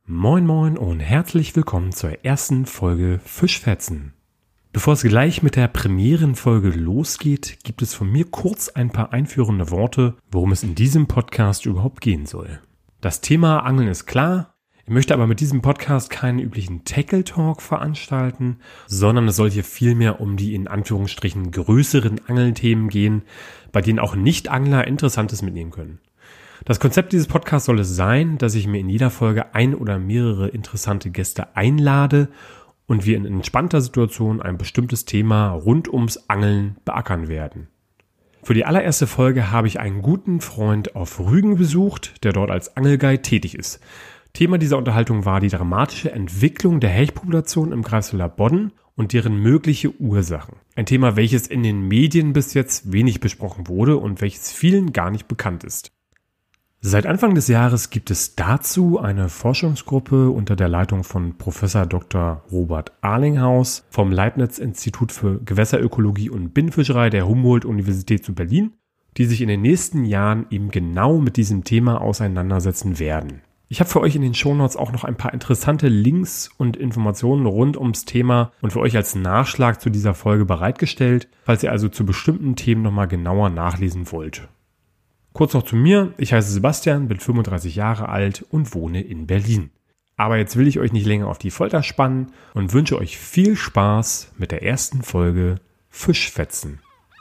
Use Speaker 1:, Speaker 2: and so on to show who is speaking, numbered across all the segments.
Speaker 1: Moin moin und herzlich willkommen zur ersten Folge Fischfetzen. Bevor es gleich mit der Premierenfolge losgeht, gibt es von mir kurz ein paar einführende Worte, worum es in diesem Podcast überhaupt gehen soll. Das Thema Angeln ist klar, ich möchte aber mit diesem Podcast keinen üblichen Tackle-Talk veranstalten, sondern es soll hier vielmehr um die in Anführungsstrichen größeren Angelthemen gehen, bei denen auch Nicht-Angler Interessantes mitnehmen können. Das Konzept dieses Podcasts soll es sein, dass ich mir in jeder Folge ein oder mehrere interessante Gäste einlade und wir in entspannter Situation ein bestimmtes Thema rund ums Angeln beackern werden. Für die allererste Folge habe ich einen guten Freund auf Rügen besucht, der dort als Angelguide tätig ist. Thema dieser Unterhaltung war die dramatische Entwicklung der Hechtpopulation im Greifswalder Bodden und deren mögliche Ursachen. Ein Thema, welches in den Medien bis jetzt wenig besprochen wurde und welches vielen gar nicht bekannt ist. Seit Anfang des Jahres gibt es dazu eine Forschungsgruppe unter der Leitung von Professor Dr. Robert Arlinghaus vom Leibniz-Institut für Gewässerökologie und Binnenfischerei der Humboldt-Universität zu Berlin, die sich in den nächsten Jahren eben genau mit diesem Thema auseinandersetzen werden. Ich habe für euch in den Shownotes auch noch ein paar interessante Links und Informationen rund ums Thema und für euch als Nachschlag zu dieser Folge bereitgestellt, falls ihr also zu bestimmten Themen nochmal genauer nachlesen wollt. Kurz noch zu mir, ich heiße Sebastian, bin 35 Jahre alt und wohne in Berlin. Aber jetzt will ich euch nicht länger auf die Folter spannen und wünsche euch viel Spaß mit der ersten Folge Fischfetzen.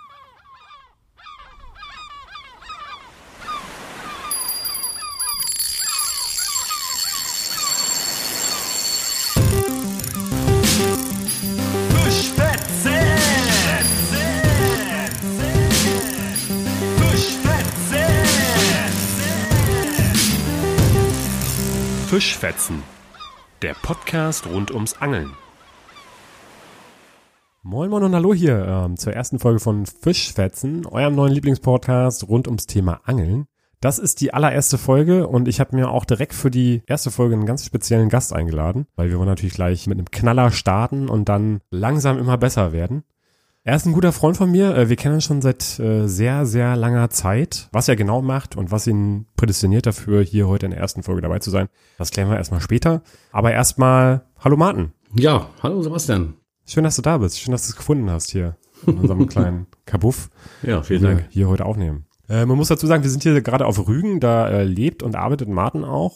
Speaker 1: Fischfetzen, der Podcast rund ums Angeln. Moin moin und hallo hier zur ersten Folge von Fischfetzen, eurem neuen Lieblingspodcast rund ums Thema Angeln. Das ist die allererste Folge und ich habe mir auch direkt für die erste Folge einen ganz speziellen Gast eingeladen, weil wir wollen natürlich gleich mit einem Knaller starten und dann langsam immer besser werden. Er ist ein guter Freund von mir. Wir kennen uns schon seit sehr, sehr langer Zeit. Was er genau macht und was ihn prädestiniert dafür, hier heute in der ersten Folge dabei zu sein, das klären wir erstmal später. Aber erstmal, hallo Martin.
Speaker 2: Ja, hallo Sebastian.
Speaker 1: Schön, dass du da bist. Schön, dass du es gefunden hast hier in unserem kleinen Kabuff.
Speaker 2: Ja, vielen Dank.
Speaker 1: Hier heute aufnehmen. Man muss dazu sagen, wir sind hier gerade auf Rügen. Da lebt und arbeitet Martin auch.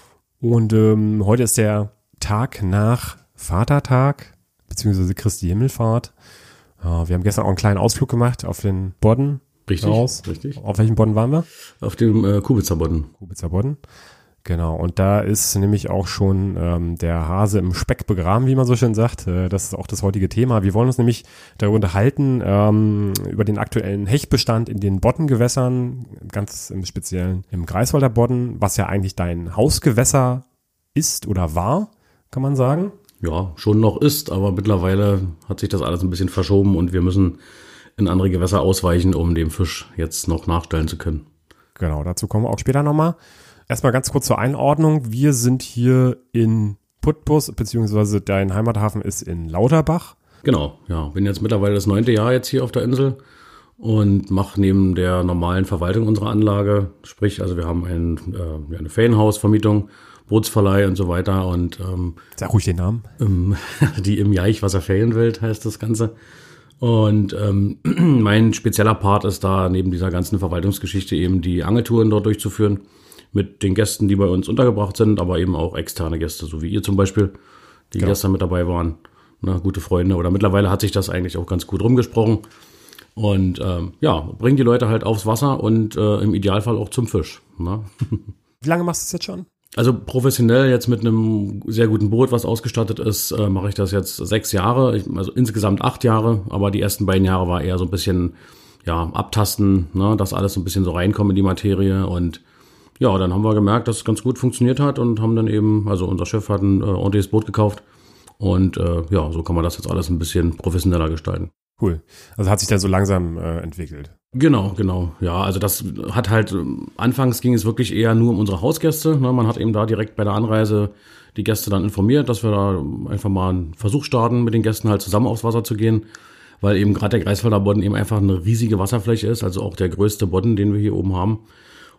Speaker 1: Und heute ist der Tag nach Vatertag, beziehungsweise Christi Himmelfahrt. Wir haben gestern auch einen kleinen Ausflug gemacht auf den Bodden.
Speaker 2: Richtig.
Speaker 1: Auf welchem Bodden waren wir?
Speaker 2: Auf dem Kubitzer Bodden.
Speaker 1: Kubitzer Bodden. Genau. Und da ist nämlich auch schon der Hase im Speck begraben, wie man so schön sagt. Das ist auch das heutige Thema. Wir wollen uns nämlich darüber unterhalten, über den aktuellen Hechtbestand in den Boddengewässern, ganz im Speziellen im Greifswalder Bodden, was ja eigentlich dein Hausgewässer ist oder war, kann man sagen.
Speaker 2: Ja, schon noch ist, aber mittlerweile hat sich das alles ein bisschen verschoben und wir müssen in andere Gewässer ausweichen, um dem Fisch jetzt noch nachstellen zu können.
Speaker 1: Genau, dazu kommen wir auch später nochmal. Erstmal ganz kurz zur Einordnung. Wir sind hier in Putbus, beziehungsweise dein Heimathafen ist in Lauterbach.
Speaker 2: Genau, ja, bin jetzt mittlerweile das 9. Jahr jetzt hier auf der Insel und mache neben der normalen Verwaltung unserer Anlage, sprich, also wir haben eine Ferienhausvermietung, Bootsverleih und so weiter und
Speaker 1: sag ruhig den Namen.
Speaker 2: Die im Jaichwasserferienwelt heißt das Ganze. Und mein spezieller Part ist da neben dieser ganzen Verwaltungsgeschichte eben die Angeltouren dort durchzuführen mit den Gästen, die bei uns untergebracht sind, aber eben auch externe Gäste, so wie ihr zum Beispiel, die gestern mit dabei waren, gute Freunde. Oder mittlerweile hat sich das eigentlich auch ganz gut rumgesprochen. Und bringen die Leute halt aufs Wasser und im Idealfall auch zum Fisch. Ne?
Speaker 1: Wie lange machst du das jetzt schon?
Speaker 2: Also professionell jetzt mit einem sehr guten Boot, was ausgestattet ist, mache ich das jetzt 6 Jahre, also insgesamt 8 Jahre, aber die ersten beiden Jahre war eher so ein bisschen abtasten, ne, dass alles so ein bisschen so reinkommt in die Materie und ja, dann haben wir gemerkt, dass es ganz gut funktioniert hat und haben dann eben, also unser Chef hat ein ordentliches Boot gekauft und so kann man das jetzt alles ein bisschen professioneller gestalten.
Speaker 1: Cool. Also hat sich dann so langsam entwickelt.
Speaker 2: Genau. Ja, also das hat halt, anfangs ging es wirklich eher nur um unsere Hausgäste. Ne? Man hat eben da direkt bei der Anreise die Gäste dann informiert, dass wir da einfach mal einen Versuch starten, mit den Gästen halt zusammen aufs Wasser zu gehen. Weil eben gerade der Greifswalder Bodden eben einfach eine riesige Wasserfläche ist, also auch der größte Bodden, den wir hier oben haben.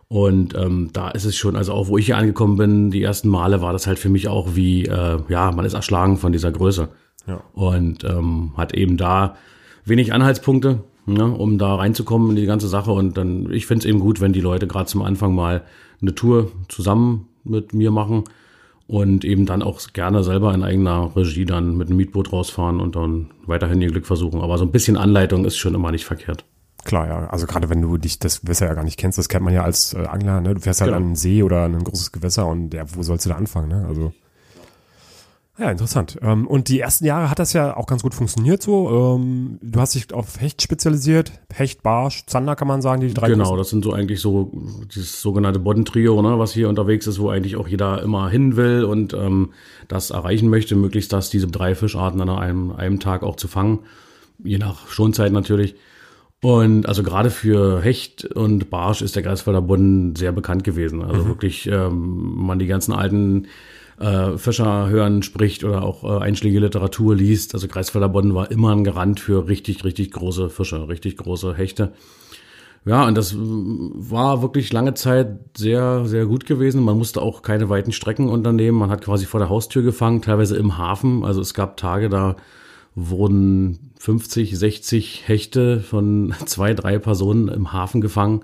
Speaker 2: Und da ist es schon, also auch wo ich hier angekommen bin, die ersten Male war das halt für mich auch wie, man ist erschlagen von dieser Größe.
Speaker 1: Ja.
Speaker 2: Und hat eben da wenig Anhaltspunkte, ne, um da reinzukommen in die ganze Sache. Und dann, ich finde es eben gut, wenn die Leute gerade zum Anfang mal eine Tour zusammen mit mir machen und eben dann auch gerne selber in eigener Regie dann mit einem Mietboot rausfahren und dann weiterhin ihr Glück versuchen. Aber so ein bisschen Anleitung ist schon immer nicht verkehrt.
Speaker 1: Klar, ja. Also gerade wenn du das Gewässer ja gar nicht kennst, das kennt man ja als Angler, ne? Du fährst halt
Speaker 2: Genau.
Speaker 1: an einen See oder an ein großes Gewässer und ja, wo sollst du da anfangen, ne? Also ja, interessant. Und die ersten Jahre hat das ja auch ganz gut funktioniert so. Du hast dich auf Hecht spezialisiert, Hecht, Barsch, Zander kann man sagen, die drei
Speaker 2: Genau,
Speaker 1: großen.
Speaker 2: das sind so eigentlich so dieses sogenannte Boddentrio, ne, was hier unterwegs ist, wo eigentlich auch jeder immer hin will und das erreichen möchte, möglichst, dass diese 3 Fischarten an einem Tag auch zu fangen, je nach Schonzeit natürlich. Und also gerade für Hecht und Barsch ist der Greifswalder Bodden sehr bekannt gewesen. Also wirklich, man die ganzen alten Fischer hören spricht oder auch einschlägige Literatur liest. Also Greifswalder Bodden war immer ein Garant für richtig, richtig große Fische, richtig große Hechte. Ja, und das war wirklich lange Zeit sehr, sehr gut gewesen. Man musste auch keine weiten Strecken unternehmen. Man hat quasi vor der Haustür gefangen, teilweise im Hafen. Also es gab Tage, da wurden 50, 60 Hechte von 2, 3 Personen im Hafen gefangen.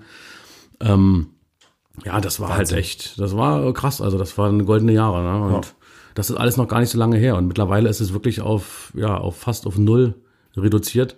Speaker 2: Ja, das war halt echt, das war krass. Also das waren goldene Jahre, ne? Und das ist alles noch gar nicht so lange her. Und mittlerweile ist es wirklich auf fast auf 0 reduziert.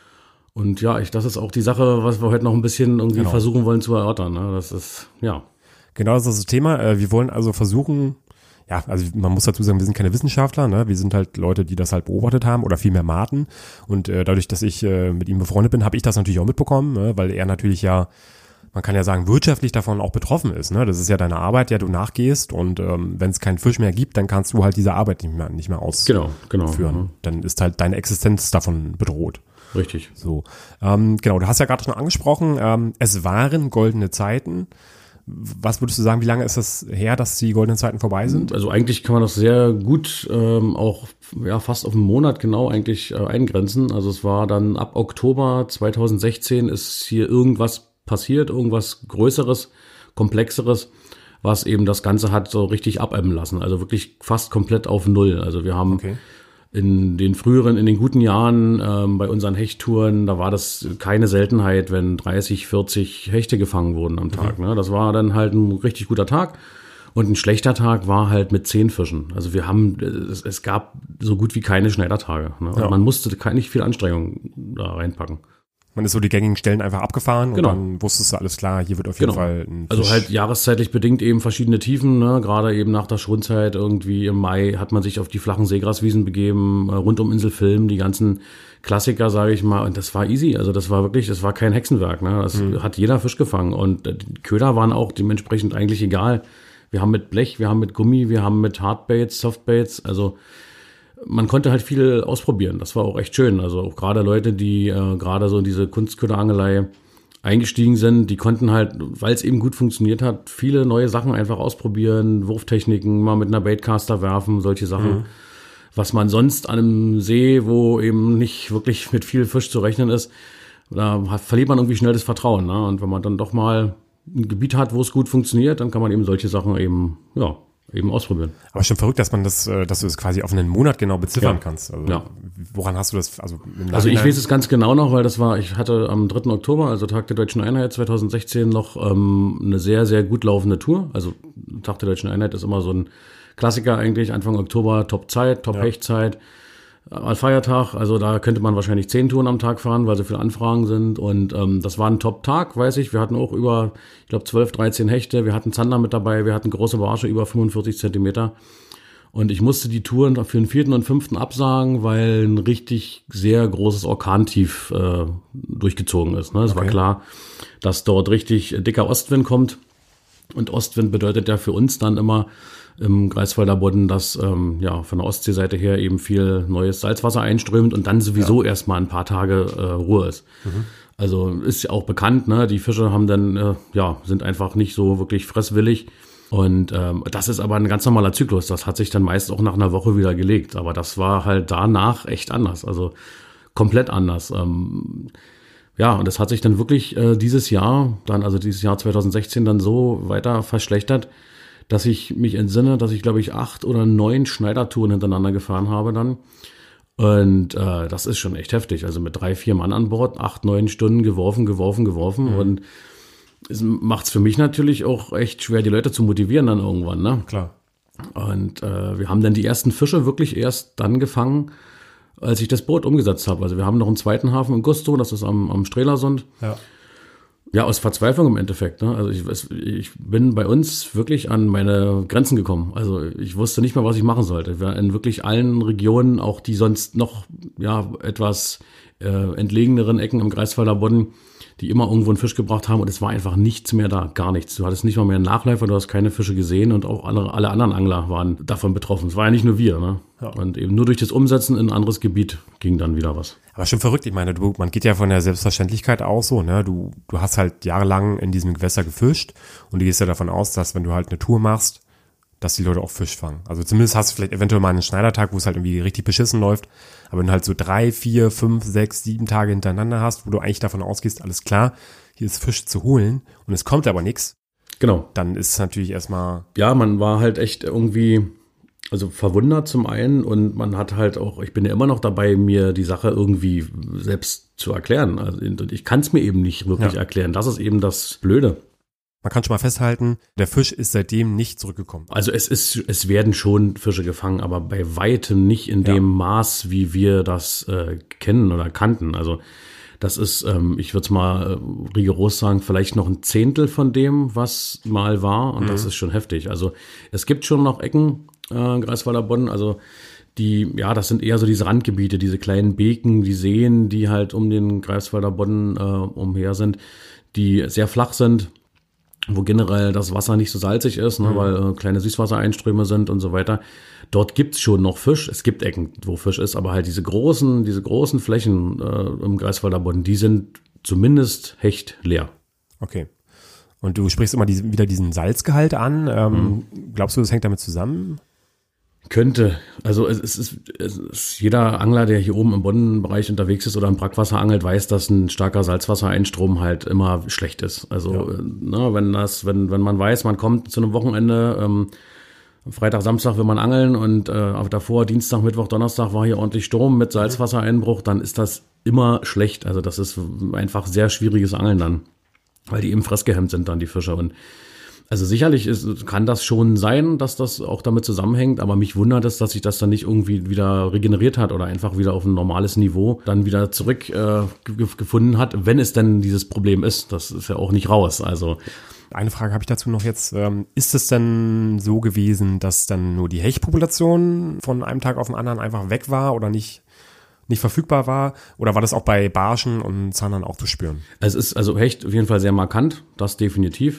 Speaker 2: Und ja, das ist auch die Sache, was wir heute noch ein bisschen irgendwie versuchen wollen zu erörtern, ne? Das ist, ja.
Speaker 1: Genau, das ist das Thema. Wir wollen also versuchen, ja, also man muss dazu sagen, wir sind keine Wissenschaftler, ne? Wir sind halt Leute, die das halt beobachtet haben oder vielmehr Martin. Und dadurch, dass ich mit ihm befreundet bin, habe ich das natürlich auch mitbekommen, ne? Weil er natürlich ja, man kann ja sagen, wirtschaftlich davon auch betroffen ist, ne? Das ist ja deine Arbeit, der du nachgehst und wenn es keinen Fisch mehr gibt, dann kannst du halt diese Arbeit nicht mehr ausführen.
Speaker 2: Genau.
Speaker 1: Dann ist halt deine Existenz davon bedroht.
Speaker 2: Richtig.
Speaker 1: So, genau, du hast ja gerade schon angesprochen, es waren goldene Zeiten. Was würdest du sagen, wie lange ist das her, dass die goldenen Zeiten vorbei sind?
Speaker 2: Also eigentlich kann man das sehr gut auch fast auf einen Monat genau eigentlich eingrenzen. Also es war dann ab Oktober 2016 ist hier irgendwas passiert, irgendwas Größeres, Komplexeres, was eben das Ganze hat so richtig abebben lassen. Also wirklich fast komplett auf 0. Also wir haben in den guten Jahren bei unseren Hechttouren, da war das keine Seltenheit, wenn 30, 40 Hechte gefangen wurden am Tag. Ne? Das war dann halt ein richtig guter Tag. Und ein schlechter Tag war halt mit 10 Fischen. Also es gab so gut wie keine Schneidertage. Ne? Und man musste nicht viel Anstrengung da reinpacken.
Speaker 1: Man ist so die gängigen Stellen einfach abgefahren und dann wusstest du, alles klar, hier wird auf jeden Fall ein Fisch.
Speaker 2: Also halt jahreszeitlich bedingt eben verschiedene Tiefen, ne? Gerade eben nach der Schonzeit irgendwie im Mai hat man sich auf die flachen Seegraswiesen begeben, rund um Insel Vilm, die ganzen Klassiker, sage ich mal, und das war easy, also das war kein Hexenwerk, ne? Das hat jeder Fisch gefangen und die Köder waren auch dementsprechend eigentlich egal. Wir haben mit Blech, wir haben mit Gummi, wir haben mit Hardbaits, Softbaits, also man konnte halt viel ausprobieren. Das war auch echt schön. Also auch gerade Leute, die gerade so in diese Kunstköderangelei eingestiegen sind, die konnten halt, weil es eben gut funktioniert hat, viele neue Sachen einfach ausprobieren, Wurftechniken, mal mit einer Baitcaster werfen, solche Sachen. Was man sonst an einem See, wo eben nicht wirklich mit viel Fisch zu rechnen ist, da verliert man irgendwie schnell das Vertrauen. Ne? Und wenn man dann doch mal ein Gebiet hat, wo es gut funktioniert, dann kann man eben solche Sachen eben ausprobieren.
Speaker 1: Aber schon verrückt, dass du es quasi auf einen Monat genau beziffern kannst. Also woran hast du das? Also
Speaker 2: ich weiß es ganz genau noch, weil ich hatte am 3. Oktober, also Tag der Deutschen Einheit 2016, noch eine sehr, sehr gut laufende Tour. Also Tag der Deutschen Einheit ist immer so ein Klassiker eigentlich, Anfang Oktober, Top-Zeit, Top-Hechtzeit. Feiertag, also da könnte man wahrscheinlich 10 Touren am Tag fahren, weil so viele Anfragen sind und das war ein Top-Tag, weiß ich. Wir hatten auch über, 12, 13 Hechte, wir hatten Zander mit dabei, wir hatten große Barsche über 45 Zentimeter und ich musste die Touren für den 4. und 5. absagen, weil ein richtig sehr großes Orkantief durchgezogen ist. Ne? Es war klar, dass dort richtig dicker Ostwind kommt und Ostwind bedeutet ja für uns dann immer im Greifswalder Bodden, dass von der Ostseeseite her eben viel neues Salzwasser einströmt und dann sowieso erstmal ein paar Tage Ruhe ist. Also ist ja auch bekannt, ne? Die Fische haben dann sind einfach nicht so wirklich fresswillig und das ist aber ein ganz normaler Zyklus. Das hat sich dann meist auch nach einer Woche wieder gelegt, aber das war halt danach echt anders, also komplett anders. Ja, und das hat sich dann wirklich dieses Jahr 2016 dann so weiter verschlechtert, dass ich mich entsinne, dass ich, glaube ich, 8 oder 9 Schneidertouren hintereinander gefahren habe dann. Und das ist schon echt heftig. Also mit 3, 4 Mann an Bord, 8, 9 Stunden geworfen. Und es macht es für mich natürlich auch echt schwer, die Leute zu motivieren dann irgendwann, ne?
Speaker 1: Klar.
Speaker 2: Und wir haben dann die ersten Fische wirklich erst dann gefangen, als ich das Boot umgesetzt habe. Also wir haben noch einen zweiten Hafen in Gusto, das ist am Strelasund.
Speaker 1: Ja.
Speaker 2: Ja, aus Verzweiflung im Endeffekt. Ne? Also ich bin bei uns wirklich an meine Grenzen gekommen. Also ich wusste nicht mehr, was ich machen sollte. Wir in wirklich allen Regionen, auch die sonst noch etwas entlegeneren Ecken im Greifswalder Bodden, die immer irgendwo einen Fisch gebracht haben und es war einfach nichts mehr da, gar nichts. Du hattest nicht mal mehr einen Nachläufer, du hast keine Fische gesehen und auch alle anderen Angler waren davon betroffen. Es war ja nicht nur wir. Ne? Ja. Und eben nur durch das Umsetzen in ein anderes Gebiet ging dann wieder was.
Speaker 1: Aber schon verrückt, ich meine, man geht ja von der Selbstverständlichkeit aus so, ne? Du hast halt jahrelang in diesem Gewässer gefischt und du gehst ja davon aus, dass wenn du halt eine Tour machst, dass die Leute auch Fisch fangen. Also zumindest hast du vielleicht eventuell mal einen Schneidertag, wo es halt irgendwie richtig beschissen läuft. Aber wenn du halt so 3, 4, 5, 6, 7 Tage hintereinander hast, wo du eigentlich davon ausgehst, alles klar, hier ist Fisch zu holen und es kommt aber nichts.
Speaker 2: Genau.
Speaker 1: Dann ist es natürlich erstmal...
Speaker 2: Ja, man war halt echt irgendwie, also verwundert zum einen und man hat halt auch, ich bin ja immer noch dabei, mir die Sache irgendwie selbst zu erklären. Also ich kann es mir eben nicht wirklich erklären. Das ist eben das Blöde.
Speaker 1: Man kann schon mal festhalten, der Fisch ist seitdem nicht zurückgekommen.
Speaker 2: Also es werden schon Fische gefangen, aber bei weitem nicht in dem Maß, wie wir das kennen oder kannten. Also das ist, ich würde es mal rigoros sagen, vielleicht noch ein Zehntel von dem, was mal war. Und das ist schon heftig. Also es gibt schon noch Ecken, Greifswalder Bodden, also das sind eher so diese Randgebiete, diese kleinen Beken, die Seen, die halt um den Greifswalder Bodden umher sind, die sehr flach sind, wo generell das Wasser nicht so salzig ist, ne, weil kleine Süßwassereinströme sind und so weiter. Dort gibt's schon noch Fisch. Es gibt Ecken, wo Fisch ist, aber halt diese großen Flächen im Greifswalder Bodden, die sind zumindest Hecht leer.
Speaker 1: Okay. Und du sprichst immer wieder diesen Salzgehalt an. Glaubst du, das hängt damit zusammen?
Speaker 2: Könnte. Also es ist jeder Angler, der hier oben im Boddenbereich unterwegs ist oder im Brackwasser angelt, weiß, dass ein starker Salzwassereinstrom halt immer schlecht ist. Also wenn man weiß, man kommt zu einem Wochenende, Freitag, Samstag will man angeln und davor Dienstag, Mittwoch, Donnerstag war hier ordentlich Sturm mit Salzwassereinbruch, dann ist das immer schlecht. Also das ist einfach sehr schwieriges Angeln dann, weil die eben fressgehemmt sind dann die Fische. Und also sicherlich kann das schon sein, dass das auch damit zusammenhängt, aber mich wundert es, dass sich das dann nicht irgendwie wieder regeneriert hat oder einfach wieder auf ein normales Niveau dann wieder zurück gefunden hat, wenn es denn dieses Problem ist. Das ist ja auch nicht raus. Also
Speaker 1: eine Frage habe ich dazu noch jetzt. Ist es denn so gewesen, dass dann nur die Hechtpopulation von einem Tag auf den anderen einfach weg war oder nicht verfügbar war? Oder war das auch bei Barschen und Zahnern auch zu spüren?
Speaker 2: Es ist also Hecht auf jeden Fall sehr markant, das definitiv.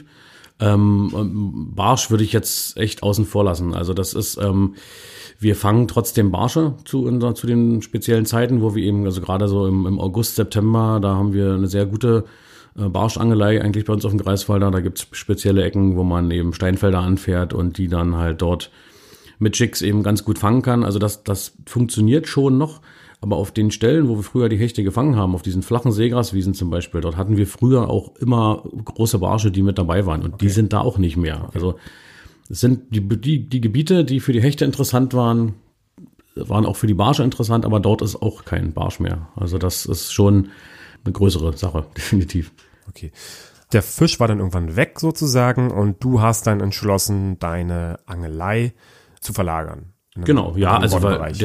Speaker 2: Barsch würde ich jetzt echt außen vor lassen. Also das ist, wir fangen trotzdem Barsche zu den speziellen Zeiten, wo wir eben, also gerade so im August, September, da haben wir eine sehr gute Barschangelei eigentlich bei uns auf dem Greifswalder. Da gibt's spezielle Ecken, wo man eben Steinfelder anfährt und die dann halt dort mit Jigs eben ganz gut fangen kann. Also das funktioniert schon noch. Aber auf den Stellen, wo wir früher die Hechte gefangen haben, auf diesen flachen Seegraswiesen zum Beispiel, dort hatten wir früher auch immer große Barsche, die mit dabei waren. Und die sind da auch nicht mehr. Okay. Also es sind die Gebiete, die für die Hechte interessant waren auch für die Barsche interessant, aber dort ist auch kein Barsch mehr. Also das ist schon eine größere Sache, definitiv.
Speaker 1: Okay. Der Fisch war dann irgendwann weg sozusagen und du hast dann entschlossen, deine Angelei zu verlagern.
Speaker 2: Genau, ja, also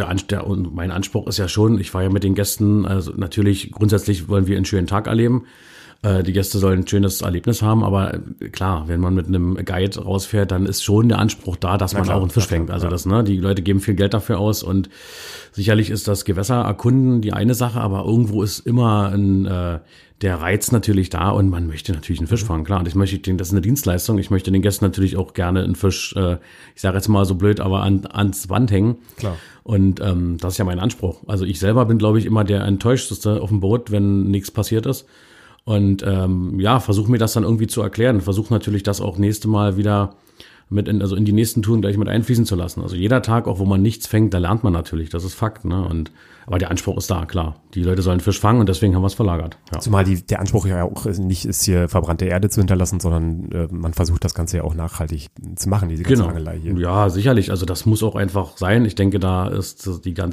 Speaker 2: mein Anspruch ist ja schon, ich war ja mit den Gästen, also natürlich grundsätzlich wollen wir einen schönen Tag erleben. Die Gäste sollen ein schönes Erlebnis haben, aber klar, wenn man mit einem Guide rausfährt, dann ist schon der Anspruch da, dass man auch einen Fisch fängt. Also die Leute geben viel Geld dafür aus und sicherlich ist das Gewässer erkunden die eine Sache, aber irgendwo ist immer der Reiz natürlich da und man möchte natürlich einen Fisch fangen, klar. Und das ist eine Dienstleistung. Ich möchte den Gästen natürlich auch gerne einen Fisch, ich sage jetzt mal so blöd, aber ans Band hängen.
Speaker 1: Klar.
Speaker 2: Und das ist ja mein Anspruch. Also ich selber bin, glaube ich, immer der Enttäuschteste auf dem Boot, wenn nichts passiert ist. Und versuche mir das dann irgendwie zu erklären. Versuche natürlich das auch nächste Mal wieder also in die nächsten Touren gleich mit einfließen zu lassen. Also jeder Tag, auch wo man nichts fängt, da lernt man natürlich, das ist Fakt, ne? Aber der Anspruch ist da, klar. Die Leute sollen Fisch fangen und deswegen haben wir es verlagert. Ja.
Speaker 1: Zumal der Anspruch ja auch nicht ist, hier verbrannte Erde zu hinterlassen, sondern man versucht das Ganze ja auch nachhaltig zu machen, diese ganze Angelei hier.
Speaker 2: Ja, sicherlich. Also das muss auch einfach sein. Ich denke, da ist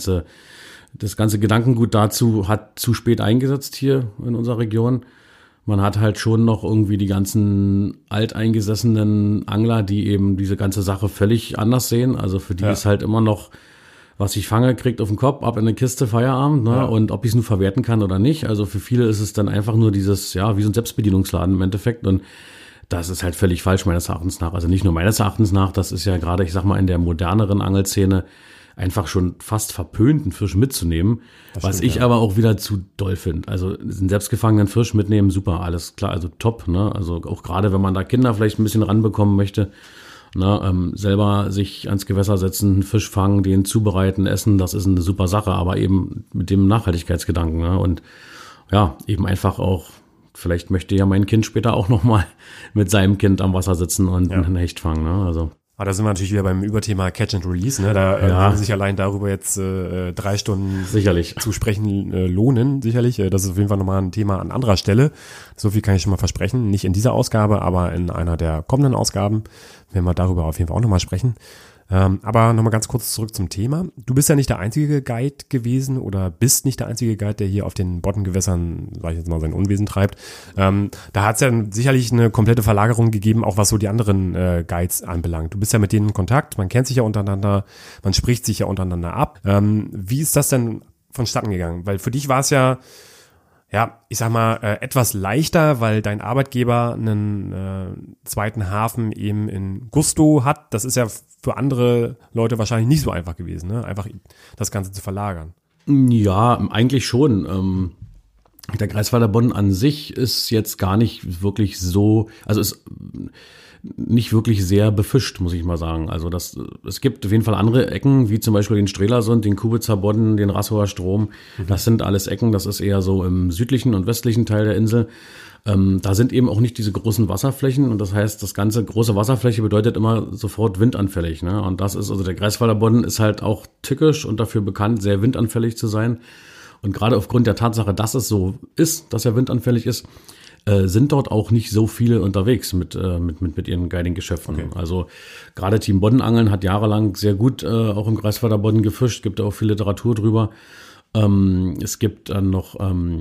Speaker 2: das ganze Gedankengut dazu hat zu spät eingesetzt hier in unserer Region. Man hat halt schon noch irgendwie die ganzen alteingesessenen Angler, die eben diese ganze Sache völlig anders sehen. Also für die ist halt immer noch, was ich fange, kriegt auf den Kopf, ab in eine Kiste, Feierabend, ne? Ja. Und ob ich es nur verwerten kann oder nicht. Also für viele ist es dann einfach nur dieses, ja, wie so ein Selbstbedienungsladen im Endeffekt. Und das ist halt völlig falsch meines Erachtens nach. Also nicht nur meines Erachtens nach, das ist ja gerade, ich sag mal, in der moderneren Angelszene einfach schon fast verpönt, einen Fisch mitzunehmen, was ich aber auch wieder zu doll finde. Also einen selbstgefangenen Fisch mitnehmen, super, alles klar, also top, ne? Also auch gerade, wenn man da Kinder vielleicht ein bisschen ranbekommen möchte, ne? Selber sich ans Gewässer setzen, einen Fisch fangen, den zubereiten, essen, das ist eine super Sache, aber eben mit dem Nachhaltigkeitsgedanken, ne? Und ja, eben einfach auch, vielleicht möchte ja mein Kind später auch nochmal mit seinem Kind am Wasser sitzen und einen Hecht fangen, ne? Also.
Speaker 1: Aber da sind wir natürlich wieder beim Überthema Catch and Release, ne? Da würde sich allein darüber jetzt 3 Stunden
Speaker 2: sicherlich
Speaker 1: zu sprechen lohnen, sicherlich. Das ist auf jeden Fall nochmal ein Thema an anderer Stelle. So viel kann ich schon mal versprechen. Nicht in dieser Ausgabe, aber in einer der kommenden Ausgaben werden wir darüber auf jeden Fall auch nochmal sprechen. Aber nochmal ganz kurz zurück zum Thema. Du bist ja nicht der einzige Guide gewesen oder bist nicht der einzige Guide, der hier auf den Boddengewässern, sag ich jetzt mal, sein Unwesen treibt. Da hat es ja sicherlich eine komplette Verlagerung gegeben, auch was so die anderen Guides anbelangt. Du bist ja mit denen in Kontakt, man kennt sich ja untereinander, man spricht sich ja untereinander ab. Wie ist das denn vonstatten gegangen? Weil für dich war es ja, ich sag mal, etwas leichter, weil dein Arbeitgeber einen zweiten Hafen eben in Gusto hat. Das ist ja für andere Leute wahrscheinlich nicht so einfach gewesen, ne? Einfach das Ganze zu verlagern.
Speaker 2: Ja, eigentlich schon. Der Greifswalder Bodden an sich ist jetzt gar nicht wirklich so, also ist nicht wirklich sehr befischt, muss ich mal sagen. Also es gibt auf jeden Fall andere Ecken, wie zum Beispiel den Strelasund, den Kubitzer Bodden, den Rassower Strom. Das sind alles Ecken, das ist eher so im südlichen und westlichen Teil der Insel. Da sind eben auch nicht diese großen Wasserflächen und das heißt, das ganze große Wasserfläche bedeutet immer sofort windanfällig, ne? Und das ist, also der Greifswalder Bodden ist halt auch tückisch und dafür bekannt, sehr windanfällig zu sein. Und gerade aufgrund der Tatsache, dass es so ist, dass er windanfällig ist, sind dort auch nicht so viele unterwegs mit ihren Guiding-Geschäften. Okay. Also gerade Team Boddenangeln hat jahrelang sehr gut auch im Greifswalder Bodden gefischt, gibt auch viel Literatur drüber. Es gibt dann noch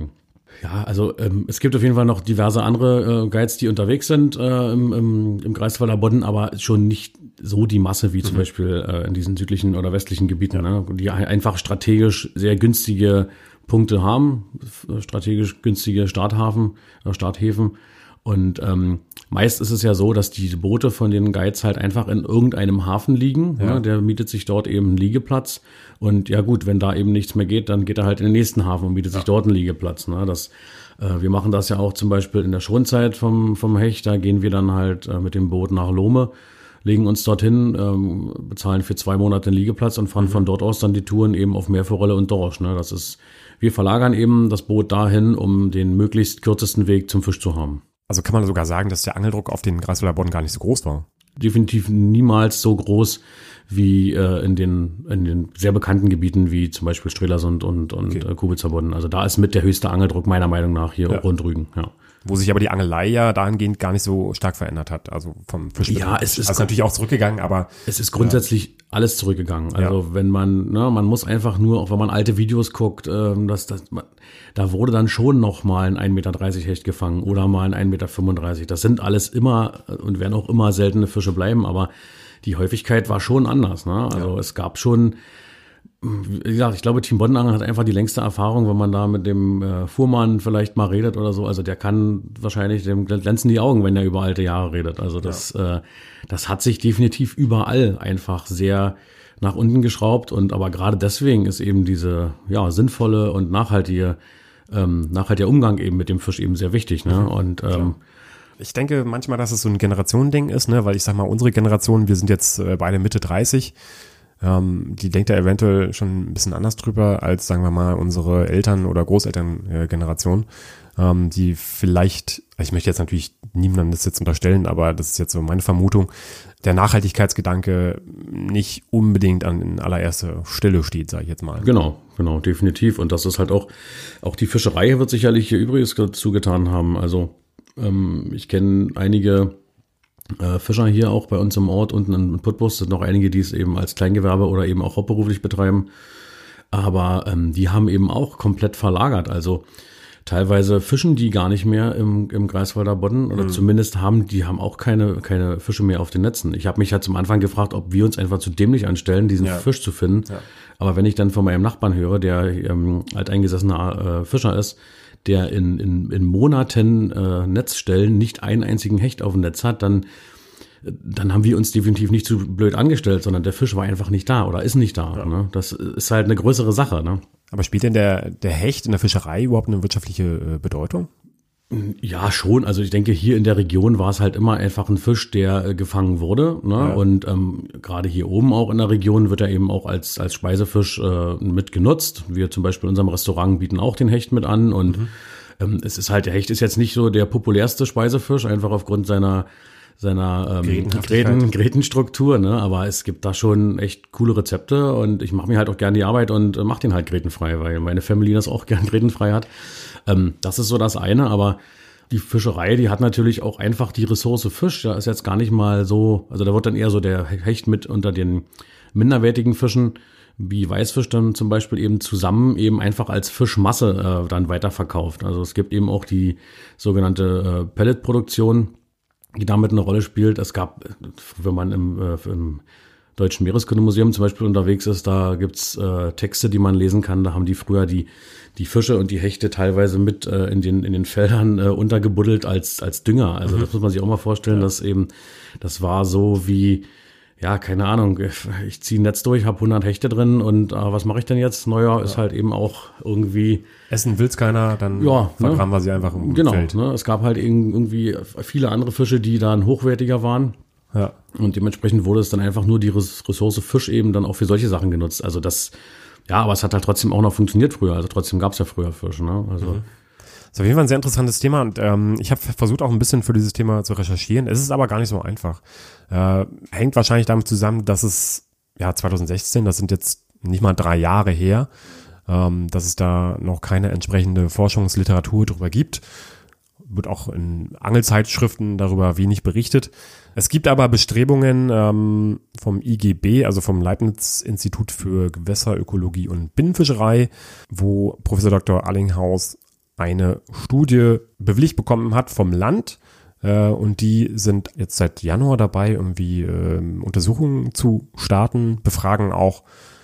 Speaker 2: es gibt auf jeden Fall noch diverse andere Guides, die unterwegs sind im Greifswalder Bodden, aber schon nicht so die Masse wie zum Beispiel in diesen südlichen oder westlichen Gebieten, ne? Die einfach strategisch sehr günstige Punkte haben, strategisch günstige Starthäfen. Und meist ist es ja so, dass die Boote von den Guides halt einfach in irgendeinem Hafen liegen. Ja. Ne? Der mietet sich dort eben einen Liegeplatz. Und ja gut, wenn da eben nichts mehr geht, dann geht er halt in den nächsten Hafen und mietet sich dort einen Liegeplatz. Ne? Wir machen das ja auch zum Beispiel in der Schonzeit vom Hecht. Da gehen wir dann halt mit dem Boot nach Lohme, legen uns dorthin, bezahlen für 2 Monate einen Liegeplatz und fahren von dort aus dann die Touren eben auf Meerforelle und Dorsch. Ne? Wir verlagern eben das Boot dahin, um den möglichst kürzesten Weg zum Fisch zu haben.
Speaker 1: Also kann man sogar sagen, dass der Angeldruck auf den Greifswalder Bodden gar nicht so groß war?
Speaker 2: Definitiv niemals so groß wie in den sehr bekannten Gebieten wie zum Beispiel Strelasund und Kubitzer Bodden. Also da ist mit der höchste Angeldruck meiner Meinung nach hier rund Rügen. Ja.
Speaker 1: Wo sich aber die Angelei ja dahingehend gar nicht so stark verändert hat. Also vom Fischbetrieb.
Speaker 2: Ja, es ist
Speaker 1: natürlich auch zurückgegangen, aber
Speaker 2: es ist grundsätzlich alles zurückgegangen. Also wenn man muss einfach nur, auch wenn man alte Videos guckt, da wurde dann schon noch mal ein 1,30 Meter Hecht gefangen oder mal ein 1,35 Meter. Das sind alles immer und werden auch immer seltene Fische bleiben, aber die Häufigkeit war schon anders. Ne? Also es gab schon, wie gesagt, ich glaube, Team Boddenangeln hat einfach die längste Erfahrung, wenn man da mit dem Fuhrmann vielleicht mal redet oder so. Also der kann wahrscheinlich, dem glänzen die Augen, wenn er über alte Jahre redet. Also das hat sich definitiv überall einfach sehr nach unten geschraubt. Aber gerade deswegen ist eben diese sinnvolle und nachhaltiger Umgang eben mit dem Fisch eben sehr wichtig. Ne? Und
Speaker 1: ich denke manchmal, dass es so ein Generationending ist, ne, weil ich sag mal, unsere Generation, wir sind jetzt beide Mitte 30. die denkt da eventuell schon ein bisschen anders drüber als, sagen wir mal, unsere Eltern- oder Großelterngeneration, die vielleicht, ich möchte jetzt natürlich niemandem das jetzt unterstellen, aber das ist jetzt so meine Vermutung, der Nachhaltigkeitsgedanke nicht unbedingt an allererster Stelle steht, sage ich jetzt mal.
Speaker 2: Genau, definitiv. Und das ist halt auch die Fischerei wird sicherlich hier Übriges dazu getan haben. Also ich kenne einige Fischer hier auch bei uns im Ort unten in Putbus, sind noch einige, die es eben als Kleingewerbe oder eben auch hauptberuflich betreiben. Aber die haben eben auch komplett verlagert. Also teilweise fischen die gar nicht mehr im Greifswalder Bodden oder zumindest haben auch keine Fische mehr auf den Netzen. Ich habe mich ja zum Anfang gefragt, ob wir uns einfach zu dämlich anstellen, diesen Fisch zu finden. Ja. Aber wenn ich dann von meinem Nachbarn höre, der alteingesessener Fischer ist, der in Monaten Netzstellen nicht einen einzigen Hecht auf dem Netz hat, dann haben wir uns definitiv nicht zu blöd angestellt, sondern der Fisch war einfach nicht da oder ist nicht da. Ja. Ne? Das ist halt eine größere Sache. Ne?
Speaker 1: Aber spielt denn der Hecht in der Fischerei überhaupt eine wirtschaftliche Bedeutung?
Speaker 2: Ja, schon. Also ich denke, hier in der Region war es halt immer einfach ein Fisch, der gefangen wurde. Ne? Ja. Und gerade hier oben auch in der Region wird er eben auch als Speisefisch mit genutzt. Wir zum Beispiel in unserem Restaurant bieten auch den Hecht mit an. Und es ist halt, der Hecht ist jetzt nicht so der populärste Speisefisch, einfach aufgrund seiner Grätenstruktur, ne? Aber es gibt da schon echt coole Rezepte und ich mache mir halt auch gerne die Arbeit und mache den halt grätenfrei, weil meine Family das auch gern grätenfrei hat. Das ist so das eine, aber die Fischerei, die hat natürlich auch einfach die Ressource Fisch. Da ist jetzt gar nicht mal so, also da wird dann eher so der Hecht mit unter den minderwertigen Fischen wie Weißfisch dann zum Beispiel eben zusammen eben einfach als Fischmasse dann weiterverkauft. Also es gibt eben auch die sogenannte Pelletproduktion, die damit eine Rolle spielt. Es gab, wenn man im Deutschen Meereskundemuseum zum Beispiel unterwegs ist, da gibt's Texte, die man lesen kann. Da haben die früher die Fische und die Hechte teilweise mit in den Feldern untergebuddelt als Dünger. Also das muss man sich auch mal vorstellen, dass eben, das war so wie, ja, keine Ahnung, ich ziehe ein Netz durch, habe 100 Hechte drin und was mache ich denn jetzt? Naja, ist halt eben auch irgendwie...
Speaker 1: Essen will's keiner, dann vergraben wir sie einfach im Feld.
Speaker 2: Genau, es gab halt irgendwie viele andere Fische, die dann hochwertiger waren. Ja. Und dementsprechend wurde es dann einfach nur die Ressource Fisch eben dann auch für solche Sachen genutzt. Also das, ja, aber es hat halt trotzdem auch noch funktioniert früher. Also trotzdem gab's ja früher Fisch, ne? Also...
Speaker 1: Das ist auf jeden Fall ein sehr interessantes Thema und ich habe versucht auch ein bisschen für dieses Thema zu recherchieren. Es ist aber gar nicht so einfach. Hängt wahrscheinlich damit zusammen, dass es 2016, das sind jetzt nicht mal 3 Jahre her, dass es da noch keine entsprechende Forschungsliteratur darüber gibt. Wird auch in Angelzeitschriften darüber wenig berichtet. Es gibt aber Bestrebungen vom IGB, also vom Leibniz-Institut für Gewässerökologie und Binnenfischerei, wo Professor Dr. Allinghaus eine Studie bewilligt bekommen hat vom Land und die sind jetzt seit Januar dabei, irgendwie Untersuchungen zu starten, befragen auch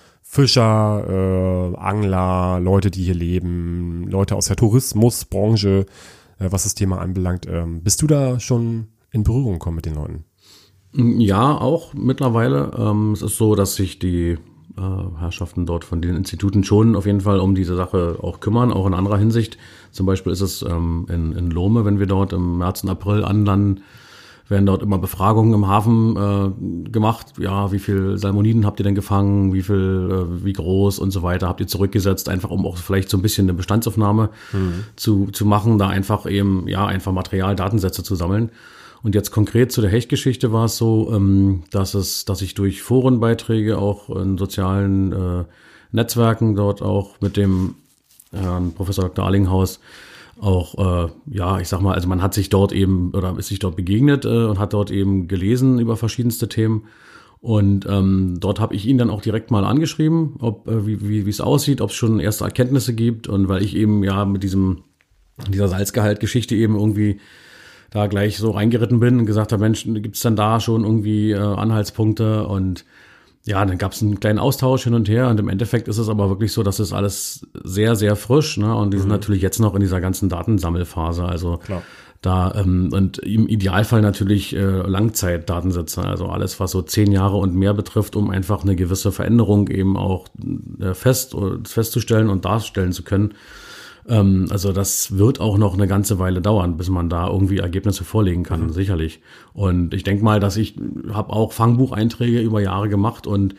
Speaker 1: Fischer, Angler, Leute, die hier leben, Leute aus der Tourismusbranche, was das Thema anbelangt. Bist du da schon in Berührung gekommen mit den Leuten?
Speaker 2: Ja, auch mittlerweile. Es ist so, dass sich die Herrschaften dort von den Instituten schon auf jeden Fall um diese Sache auch kümmern, auch in anderer Hinsicht. Zum Beispiel ist es in Lohme, wenn wir dort im März und April anlanden, werden dort immer Befragungen im Hafen gemacht. Ja, wie viel Salmoniden habt ihr denn gefangen? Wie groß und so weiter habt ihr zurückgesetzt? Einfach um auch vielleicht so ein bisschen eine Bestandsaufnahme zu machen, da einfach eben, einfach Material, Datensätze zu sammeln. Und jetzt konkret zu der Hechtgeschichte war es so, dass ich durch Forenbeiträge auch in sozialen Netzwerken dort auch mit dem Herrn Professor Dr. Allinghaus auch, ich sag mal, also man hat sich dort eben oder ist sich dort begegnet und hat dort eben gelesen über verschiedenste Themen. Und dort habe ich ihn dann auch direkt mal angeschrieben, ob wie es aussieht, ob es schon erste Erkenntnisse gibt. Und weil ich eben mit dieser Salzgehalt-Geschichte eben irgendwie da gleich so reingeritten bin und gesagt habe, Mensch, gibt's dann da schon irgendwie Anhaltspunkte? Und ja, dann gab's einen kleinen Austausch hin und her und im Endeffekt ist es aber wirklich so, dass es alles sehr, sehr frisch, ne? Und die sind natürlich jetzt noch in dieser ganzen Datensammelphase. Also klar. Da und im Idealfall natürlich Langzeitdatensätze, also alles, was so 10 Jahre und mehr betrifft, um einfach eine gewisse Veränderung eben auch festzustellen und darstellen zu können. Also das wird auch noch eine ganze Weile dauern, bis man da irgendwie Ergebnisse vorlegen kann, sicherlich. Und ich denke mal, dass ich habe auch Fangbucheinträge über Jahre gemacht und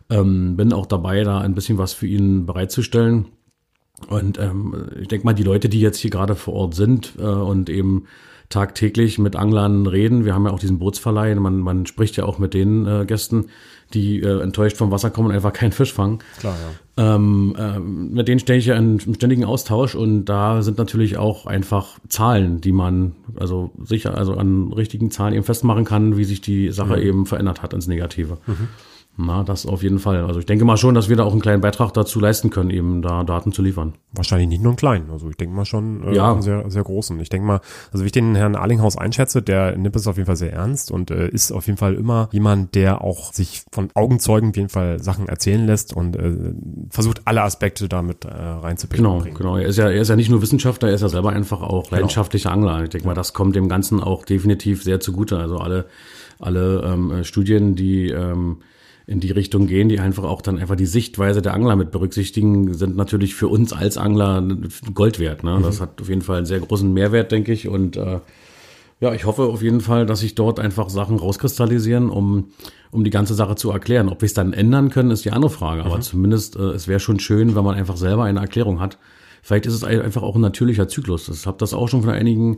Speaker 2: Bin auch dabei, da ein bisschen was für ihn bereitzustellen. Und ich denke mal, die Leute, die jetzt hier gerade vor Ort sind und eben tagtäglich mit Anglern reden, wir haben ja auch diesen Bootsverleih, man spricht ja auch mit den Gästen, die enttäuscht vom Wasser kommen und einfach keinen Fisch fangen.
Speaker 1: Klar, ja.
Speaker 2: Mit denen stehe ich ja in ständigen Austausch und da sind natürlich auch einfach Zahlen, die man also an richtigen Zahlen eben festmachen kann, wie sich die Sache eben verändert hat ins Negative. Na, das auf jeden Fall. Also ich denke mal schon, dass wir da auch einen kleinen Beitrag dazu leisten können, eben da Daten zu liefern.
Speaker 1: Wahrscheinlich nicht nur einen kleinen. Also ich denke mal schon einen sehr, sehr großen. Ich denke mal, also wie ich den Herrn Arlinghaus einschätze, der nimmt es auf jeden Fall sehr ernst und ist auf jeden Fall immer jemand, der auch sich von Augenzeugen auf jeden Fall Sachen erzählen lässt und versucht, alle Aspekte damit reinzubringen.
Speaker 2: Genau. Er ist ja nicht nur Wissenschaftler, er ist ja selber einfach auch leidenschaftlicher Angler. Ich denke mal, das kommt dem Ganzen auch definitiv sehr zugute. Also alle Studien, die in die Richtung gehen, die einfach auch dann einfach die Sichtweise der Angler mit berücksichtigen, sind natürlich für uns als Angler Gold wert. Ne? Das hat auf jeden Fall einen sehr großen Mehrwert, denke ich. Und ich hoffe auf jeden Fall, dass sich dort einfach Sachen rauskristallisieren, um die ganze Sache zu erklären. Ob wir es dann ändern können, ist die andere Frage. Aber zumindest, es wäre schon schön, wenn man einfach selber eine Erklärung hat. Vielleicht ist es einfach auch ein natürlicher Zyklus. Ich habe das auch schon von einigen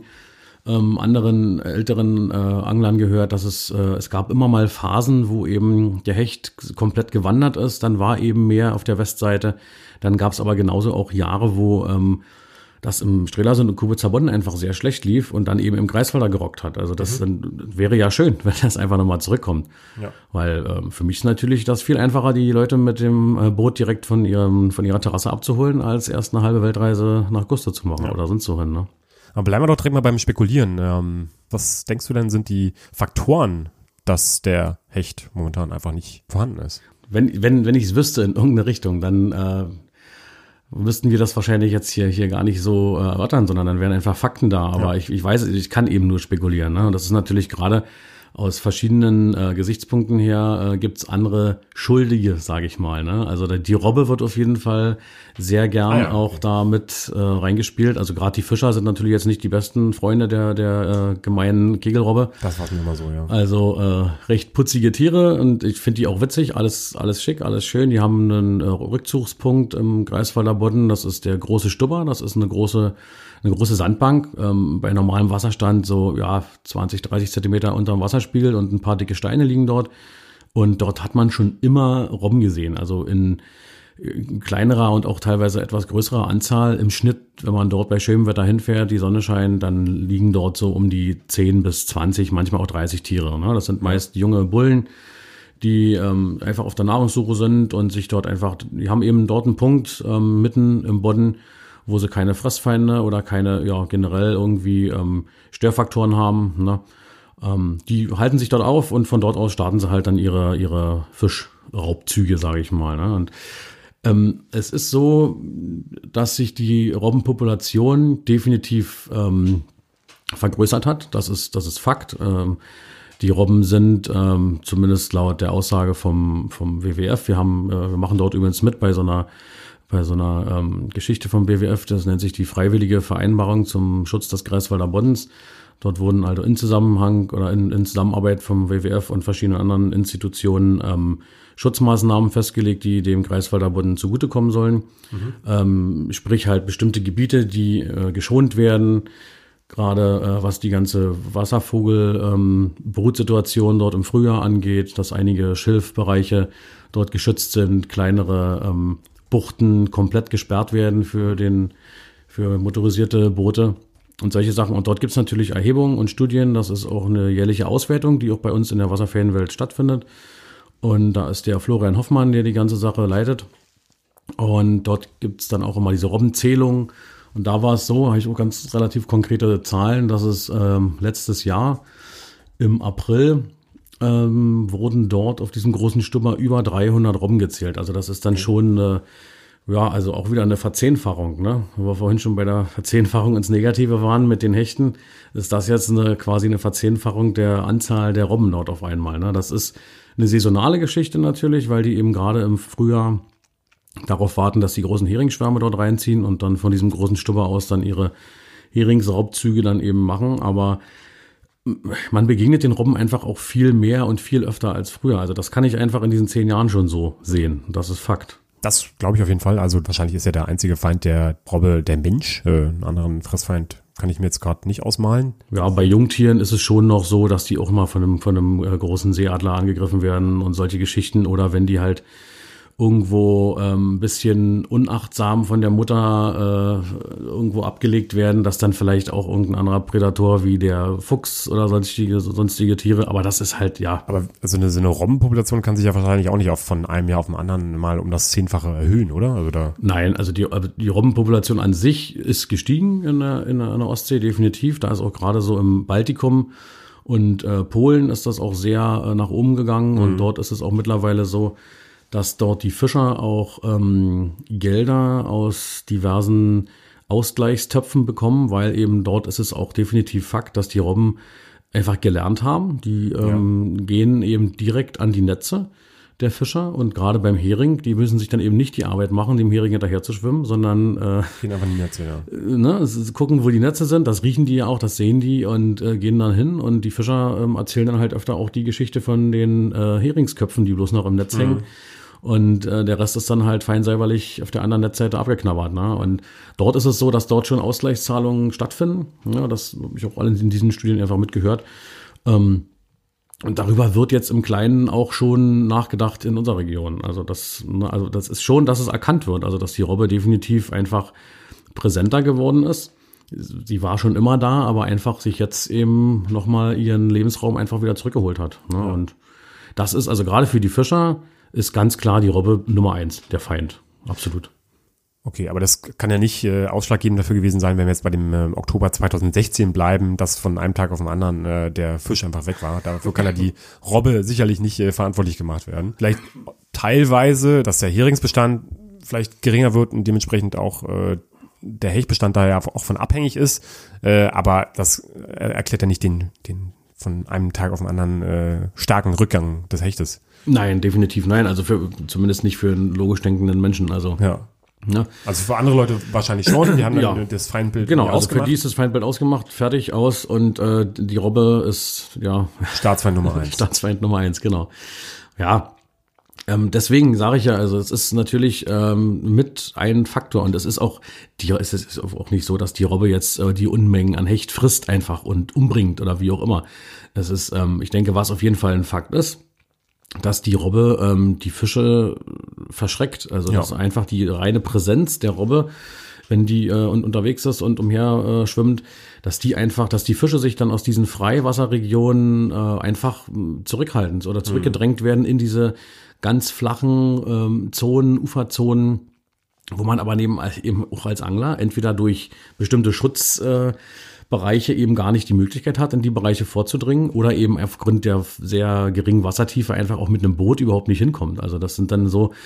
Speaker 2: anderen älteren Anglern gehört, dass es gab immer mal Phasen, wo eben der Hecht komplett gewandert ist, dann war eben mehr auf der Westseite, dann gab es aber genauso auch Jahre, wo das im Strelasund und Kurbitzer Bodden einfach sehr schlecht lief und dann eben im Greifswalder gerockt hat. Also das wäre ja schön, wenn das einfach nochmal zurückkommt. Ja. Weil für mich ist natürlich das viel einfacher, die Leute mit dem Boot direkt von ihrer Terrasse abzuholen, als erst eine halbe Weltreise nach Gusto zu machen oder sonst so hin, ne?
Speaker 1: Aber bleiben wir doch direkt mal beim Spekulieren. Was denkst du denn, sind die Faktoren, dass der Hecht momentan einfach nicht vorhanden ist?
Speaker 2: Wenn ich es wüsste in irgendeine Richtung, dann müssten wir das wahrscheinlich jetzt hier gar nicht so erörtern, sondern dann wären einfach Fakten da. Aber ich weiß, ich kann eben nur spekulieren. Ne? Und das ist natürlich gerade aus verschiedenen Gesichtspunkten her gibt's andere Schuldige, sage ich mal. Ne? Also die Robbe wird auf jeden Fall sehr gern auch da mit reingespielt. Also gerade die Fischer sind natürlich jetzt nicht die besten Freunde der gemeinen Kegelrobbe.
Speaker 1: Das war immer so, ja.
Speaker 2: Also recht putzige Tiere und ich finde die auch witzig. Alles schick, alles schön. Die haben einen Rückzugspunkt im Greifswalder Bodden. Das ist der große Stubber. Das ist eine große Sandbank, bei normalem Wasserstand so 20, 30 Zentimeter unter dem Wasserspiegel und ein paar dicke Steine liegen dort. Und dort hat man schon immer Robben gesehen, also in kleinerer und auch teilweise etwas größerer Anzahl. Im Schnitt, wenn man dort bei schönem Wetter hinfährt, die Sonne scheint, dann liegen dort so um die 10 bis 20, manchmal auch 30 Tiere. Ne? Das sind meist junge Bullen, die einfach auf der Nahrungssuche sind und sich dort die haben eben dort einen Punkt mitten im Bodden, wo sie keine Fressfeinde oder keine, generell irgendwie Störfaktoren haben. Ne? Die halten sich dort auf und von dort aus starten sie halt dann ihre Fischraubzüge, sage ich mal. Ne? Und es ist so, dass sich die Robbenpopulation definitiv vergrößert hat. Das ist Fakt. Die Robben sind zumindest laut der Aussage vom WWF. Wir machen dort übrigens mit bei so einer Geschichte vom BWF, das nennt sich die Freiwillige Vereinbarung zum Schutz des Greifswalder Boddens. Dort wurden also in Zusammenhang oder in Zusammenarbeit vom WWF und verschiedenen anderen Institutionen Schutzmaßnahmen festgelegt, die dem Greifswalder Bodden zugutekommen sollen. Sprich halt bestimmte Gebiete, die geschont werden, gerade was die ganze Wasservogel-Brutsituation dort im Frühjahr angeht, dass einige Schilfbereiche dort geschützt sind, kleinere Buchten komplett gesperrt werden für motorisierte Boote und solche Sachen. Und dort gibt es natürlich Erhebungen und Studien. Das ist auch eine jährliche Auswertung, die auch bei uns in der Wasserferienwelt stattfindet. Und da ist der Florian Hoffmann, der die ganze Sache leitet. Und dort gibt es dann auch immer diese Robbenzählung. Und da war es so, habe ich auch ganz relativ konkrete Zahlen, dass es letztes Jahr im April wurden dort auf diesem großen Stubber über 300 Robben gezählt. Also das ist dann schon also auch wieder eine Verzehnfachung. Ne? Wo wir vorhin schon bei der Verzehnfachung ins Negative waren mit den Hechten, ist das jetzt quasi eine Verzehnfachung der Anzahl der Robben dort auf einmal. Ne? Das ist eine saisonale Geschichte natürlich, weil die eben gerade im Frühjahr darauf warten, dass die großen Heringsschwärme dort reinziehen und dann von diesem großen Stubber aus dann ihre Heringsraubzüge dann eben machen. Aber man begegnet den Robben einfach auch viel mehr und viel öfter als früher. Also das kann ich einfach in diesen 10 Jahren schon so sehen. Das ist Fakt.
Speaker 1: Das glaube ich auf jeden Fall. Also wahrscheinlich ist ja der einzige Feind der Robbe der Mensch. Einen anderen Fressfeind kann ich mir jetzt gerade nicht ausmalen.
Speaker 2: Ja, bei Jungtieren ist es schon noch so, dass die auch mal von einem großen Seeadler angegriffen werden und solche Geschichten. Oder wenn die halt irgendwo ein bisschen unachtsam von der Mutter irgendwo abgelegt werden, dass dann vielleicht auch irgendein anderer Prädator wie der Fuchs oder sonstige Tiere, aber das ist halt, ja.
Speaker 1: Aber so eine Robbenpopulation kann sich ja wahrscheinlich auch nicht von einem Jahr auf den anderen mal um das 10-fache erhöhen, oder? Also
Speaker 2: Nein, also die Robbenpopulation an sich ist gestiegen in der Ostsee, definitiv. Da ist auch gerade so im Baltikum und Polen ist das auch sehr nach oben gegangen und dort ist es auch mittlerweile so, dass dort die Fischer auch Gelder aus diversen Ausgleichstöpfen bekommen, weil eben dort ist es auch definitiv Fakt, dass die Robben einfach gelernt haben. Die gehen eben direkt an die Netze der Fischer und gerade beim Hering, die müssen sich dann eben nicht die Arbeit machen, dem Hering hinterher zu schwimmen, sondern
Speaker 1: gehen einfach in die Netze, ja.
Speaker 2: Gucken, wo die Netze sind, das riechen die ja auch, das sehen die und gehen dann hin und die Fischer erzählen dann halt öfter auch die Geschichte von den Heringsköpfen, die bloß noch im Netz hängen. Und der Rest ist dann halt fein säuberlich auf der anderen Netzseite abgeknabbert. Ne? Und dort ist es so, dass dort schon Ausgleichszahlungen stattfinden. Ja, das habe ich auch alle in diesen Studien einfach mitgehört. Und darüber wird jetzt im Kleinen auch schon nachgedacht in unserer Region. Also das ist schon, dass es erkannt wird. Also dass die Robbe definitiv einfach präsenter geworden ist. Sie war schon immer da, aber einfach sich jetzt eben nochmal ihren Lebensraum einfach wieder zurückgeholt hat. Ne? Ja. Und das ist also gerade für die Fischer ist ganz klar die Robbe Nummer 1, der Feind. Absolut.
Speaker 1: Okay, aber das kann ja nicht ausschlaggebend dafür gewesen sein, wenn wir jetzt bei dem Oktober 2016 bleiben, dass von einem Tag auf den anderen der Fisch einfach weg war. Dafür kann ja die Robbe sicherlich nicht verantwortlich gemacht werden. Vielleicht teilweise, dass der Heringsbestand vielleicht geringer wird und dementsprechend auch der Hechtbestand da ja auch von abhängig ist. Aber das erklärt ja nicht den von einem Tag auf den anderen starken Rückgang des Hechtes.
Speaker 2: Nein, definitiv nein. Also zumindest nicht für einen logisch denkenden Menschen. Also
Speaker 1: ja. Also für andere Leute wahrscheinlich schon. Die haben dann das Feindbild
Speaker 2: ausgemacht. Also für die ist das Feindbild ausgemacht, fertig, aus und die Robbe ist
Speaker 1: Staatsfeind Nummer 1.
Speaker 2: Staatsfeind Nummer 1, genau. Ja. Deswegen sage ich ja, also es ist natürlich mit ein Faktor und es ist auch nicht so, dass die Robbe jetzt die Unmengen an Hecht frisst einfach und umbringt oder wie auch immer. Es ist, ich denke, was auf jeden Fall ein Fakt ist, dass die Robbe die Fische verschreckt. Also das ist einfach die reine Präsenz der Robbe, wenn die unterwegs ist und umher schwimmt, dass die Fische sich dann aus diesen Freiwasserregionen einfach zurückhalten oder zurückgedrängt werden in diese ganz flachen Zonen, Uferzonen, wo man aber eben auch als Angler entweder durch bestimmte Schutzbereiche eben gar nicht die Möglichkeit hat, in die Bereiche vorzudringen oder eben aufgrund der sehr geringen Wassertiefe einfach auch mit einem Boot überhaupt nicht hinkommt. Also das sind dann so,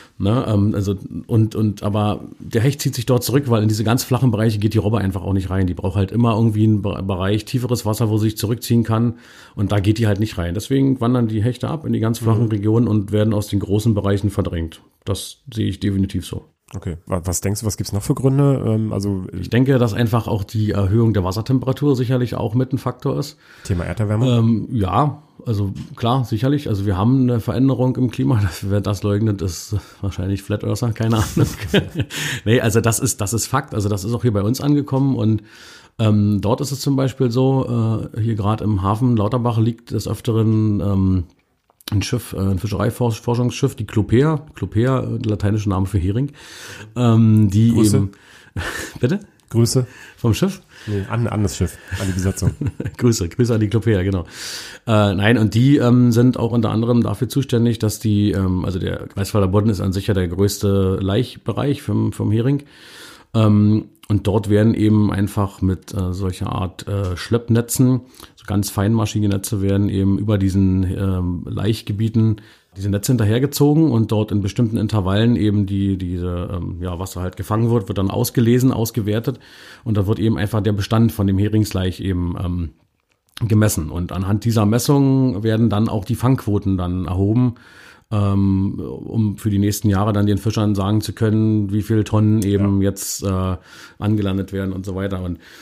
Speaker 2: aber der Hecht zieht sich dort zurück, weil in diese ganz flachen Bereiche geht die Robbe einfach auch nicht rein. Die braucht halt immer irgendwie einen Bereich, tieferes Wasser, wo sie sich zurückziehen kann und da geht die halt nicht rein. Deswegen wandern die Hechte ab in die ganz flachen Regionen und werden aus den großen Bereichen verdrängt. Das sehe ich definitiv so.
Speaker 1: Okay, was denkst du, was gibt's noch für Gründe?
Speaker 2: Ich denke, dass einfach auch die Erhöhung der Wassertemperatur sicherlich auch mit ein Faktor ist.
Speaker 1: Thema Erderwärmung?
Speaker 2: Ja, also klar, sicherlich. Also wir haben eine Veränderung im Klima. Wer das leugnet, ist wahrscheinlich Flat Earther, keine Ahnung. Nee, also das ist Fakt. Also das ist auch hier bei uns angekommen und dort ist es zum Beispiel so, hier gerade im Hafen Lauterbach liegt des Öfteren ein Schiff, ein Fischereiforschungsschiff, die Clupea, lateinischer Name für Hering, die
Speaker 1: Grüße.
Speaker 2: eben, bitte?
Speaker 1: Grüße.
Speaker 2: Vom Schiff?
Speaker 1: Nee, an das Schiff, an die Besatzung.
Speaker 2: Grüße an die Clupea, genau. Nein, und die sind auch unter anderem dafür zuständig, dass also der Greifswalder Bodden ist an sich ja der größte Laichbereich vom Hering. Und dort werden eben einfach mit solcher Art Schleppnetzen, so ganz feinmaschige Netze werden eben über diesen Laichgebieten diese Netze hinterhergezogen und dort in bestimmten Intervallen eben was da halt gefangen wird dann ausgelesen, ausgewertet und da wird eben einfach der Bestand von dem Heringslaich eben gemessen. Und anhand dieser Messungen werden dann auch die Fangquoten dann erhoben, um für die nächsten Jahre dann den Fischern sagen zu können, wie viele Tonnen eben jetzt angelandet werden und so weiter. Und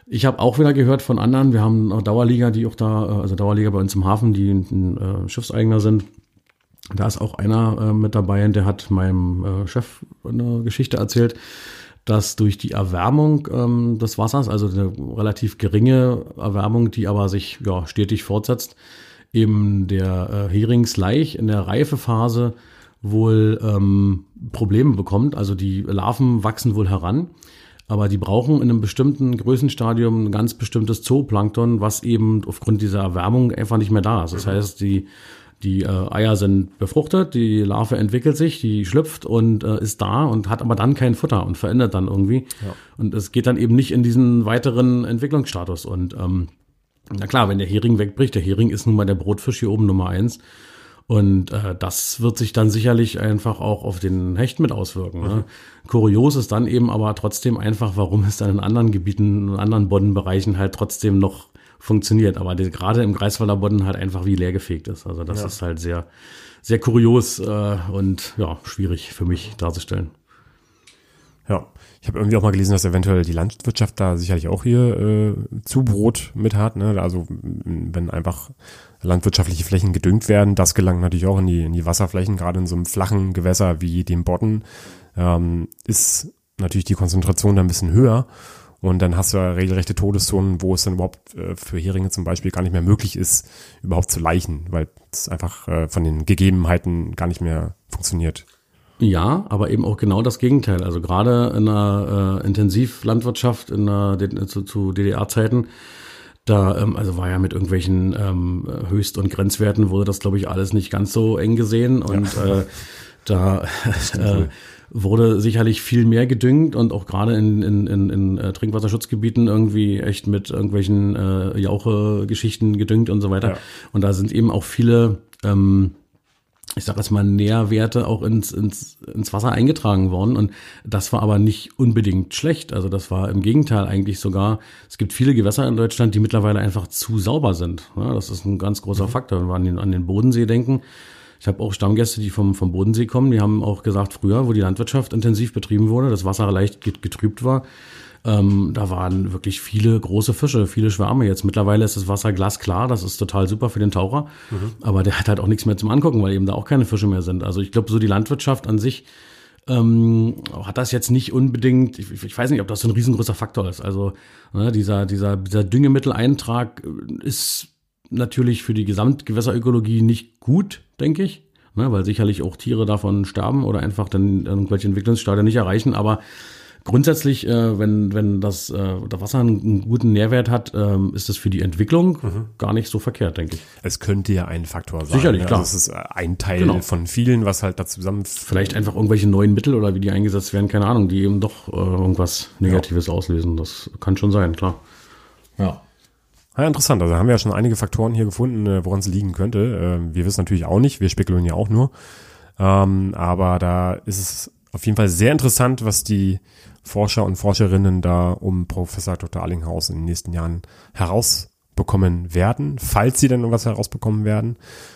Speaker 2: Ich habe auch wieder gehört von anderen, wir haben eine Dauerliga, die auch da, also Dauerliga bei uns im Hafen, die ein Schiffseigner sind. Da ist auch einer mit dabei, der hat meinem Chef eine Geschichte erzählt, dass durch die Erwärmung des Wassers, also eine relativ geringe Erwärmung, die aber sich stetig fortsetzt, eben der Heringslaich in der Reifephase wohl Probleme bekommt. Also die Larven wachsen wohl heran, aber die brauchen in einem bestimmten Größenstadium ein ganz bestimmtes Zooplankton, was eben aufgrund dieser Erwärmung einfach nicht mehr da ist. Das heißt, die Eier sind befruchtet, die Larve entwickelt sich, die schlüpft und ist da und hat aber dann kein Futter und verändert dann irgendwie. Ja. Und es geht dann eben nicht in diesen weiteren Entwicklungsstatus. Und na klar, wenn der Hering wegbricht, der Hering ist nun mal der Brotfisch hier oben Nummer 1. Und das wird sich dann sicherlich einfach auch auf den Hecht mit auswirken. Ne? Kurios ist dann eben aber trotzdem einfach, warum es dann in anderen Gebieten, in anderen Boddenbereichen halt trotzdem noch funktioniert. Aber gerade im Greifswalder Bodden halt einfach wie leergefegt ist. Also das ist halt sehr, sehr kurios und schwierig für mich darzustellen.
Speaker 1: Ja, ich habe irgendwie auch mal gelesen, dass eventuell die Landwirtschaft da sicherlich auch hier Zubrot mit hat. Ne? Also wenn einfach landwirtschaftliche Flächen gedüngt werden, das gelangt natürlich auch in die Wasserflächen, gerade in so einem flachen Gewässer wie dem Bodden, ist natürlich die Konzentration da ein bisschen höher. Und dann hast du ja regelrechte Todeszonen, wo es dann überhaupt für Heringe zum Beispiel gar nicht mehr möglich ist, überhaupt zu laichen, weil es einfach von den Gegebenheiten gar nicht mehr funktioniert.
Speaker 2: Ja, aber eben auch genau das Gegenteil. Also gerade in einer Intensivlandwirtschaft zu DDR-Zeiten, da also war ja mit irgendwelchen Höchst- und Grenzwerten wurde das, glaube ich, alles nicht ganz so eng gesehen. Und da wurde sicherlich viel mehr gedüngt und auch gerade in Trinkwasserschutzgebieten irgendwie echt mit irgendwelchen Jauche-Geschichten gedüngt und so weiter. Ja. Und da sind eben auch viele ich sage jetzt mal, Nährwerte auch ins Wasser eingetragen worden. Und das war aber nicht unbedingt schlecht. Also das war im Gegenteil eigentlich sogar, es gibt viele Gewässer in Deutschland, die mittlerweile einfach zu sauber sind. Ja, das ist ein ganz großer Faktor. Wenn wir an den Bodensee denken. Ich habe auch Stammgäste, die vom Bodensee kommen. Die haben auch gesagt, früher, wo die Landwirtschaft intensiv betrieben wurde, das Wasser leicht getrübt war, da waren wirklich viele große Fische, viele Schwärme. Jetzt mittlerweile ist das Wasser glasklar, das ist total super für den Taucher. Aber der hat halt auch nichts mehr zum Angucken, weil eben da auch keine Fische mehr sind. Also ich glaube, so die Landwirtschaft an sich hat das jetzt nicht unbedingt, ich weiß nicht, ob das so ein riesengroßer Faktor ist. Also dieser Düngemitteleintrag ist natürlich für die Gesamtgewässerökologie nicht gut, denke ich. Weil sicherlich auch Tiere davon sterben oder einfach dann irgendwelche Entwicklungsstadien nicht erreichen. Aber grundsätzlich, wenn das Wasser einen guten Nährwert hat, ist das für die Entwicklung gar nicht so verkehrt, denke ich.
Speaker 1: Es könnte ja ein Faktor sein.
Speaker 2: Sicherlich, klar.
Speaker 1: Also es ist ein Teil von vielen, was halt da zusammen...
Speaker 2: Vielleicht einfach irgendwelche neuen Mittel oder wie die eingesetzt werden, keine Ahnung, die eben doch irgendwas Negatives auslösen. Das kann schon sein, klar. Ja.
Speaker 1: Ja, interessant. Also haben wir ja schon einige Faktoren hier gefunden, woran es liegen könnte. Wir wissen natürlich auch nicht, wir spekulieren ja auch nur. Aber da ist es auf jeden Fall sehr interessant, was die Forscher und Forscherinnen da um Professor Dr. Allinghaus in den nächsten Jahren herausbekommen werden, falls sie denn irgendwas herausbekommen werden.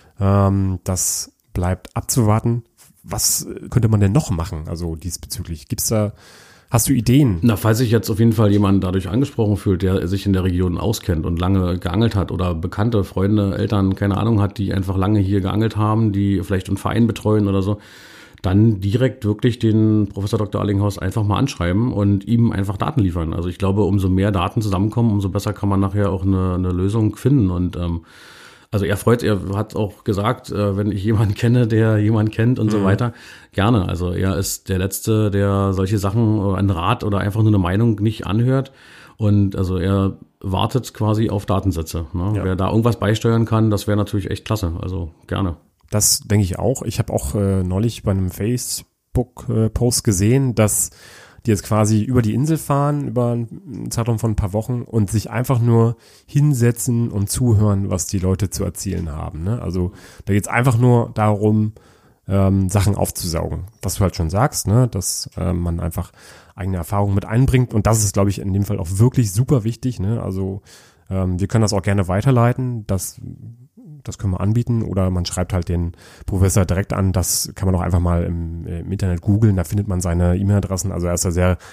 Speaker 1: Das bleibt abzuwarten. Was könnte man denn noch machen, also diesbezüglich? Hast du Ideen?
Speaker 2: Na, falls sich jetzt auf jeden Fall jemand dadurch angesprochen fühlt, der sich in der Region auskennt und lange geangelt hat oder Bekannte, Freunde, Eltern, keine Ahnung hat, die einfach lange hier geangelt haben, die vielleicht einen Verein betreuen oder so, dann direkt wirklich den Professor Dr. Allinghaus einfach mal anschreiben und ihm einfach Daten liefern. Also ich glaube, umso mehr Daten zusammenkommen, umso besser kann man nachher auch eine Lösung finden. Und also er hat auch gesagt, wenn ich jemanden kenne, der jemanden kennt und so weiter, gerne. Also er ist der Letzte, der solche Sachen oder einen Rat oder einfach nur eine Meinung nicht anhört. Und also er wartet quasi auf Datensätze. Ne? Ja. Wer da irgendwas beisteuern kann, das wäre natürlich echt klasse. Also gerne.
Speaker 1: Das denke ich auch. Ich habe auch neulich bei einem Facebook-Post gesehen, dass die jetzt quasi über die Insel fahren, über einen Zeitraum von ein paar Wochen und sich einfach nur hinsetzen und zuhören, was die Leute zu erzählen haben. Ne? Also da geht es einfach nur darum, Sachen aufzusaugen. Was du halt schon sagst, ne? Dass man einfach eigene Erfahrungen mit einbringt. Und das ist, glaube ich, in dem Fall auch wirklich super wichtig. Ne? Also wir können das auch gerne weiterleiten. Das können wir anbieten. Oder man schreibt halt den Professor direkt an. Das kann man auch einfach mal im Internet googeln. Da findet man seine E-Mail-Adressen. Also er ist da sehr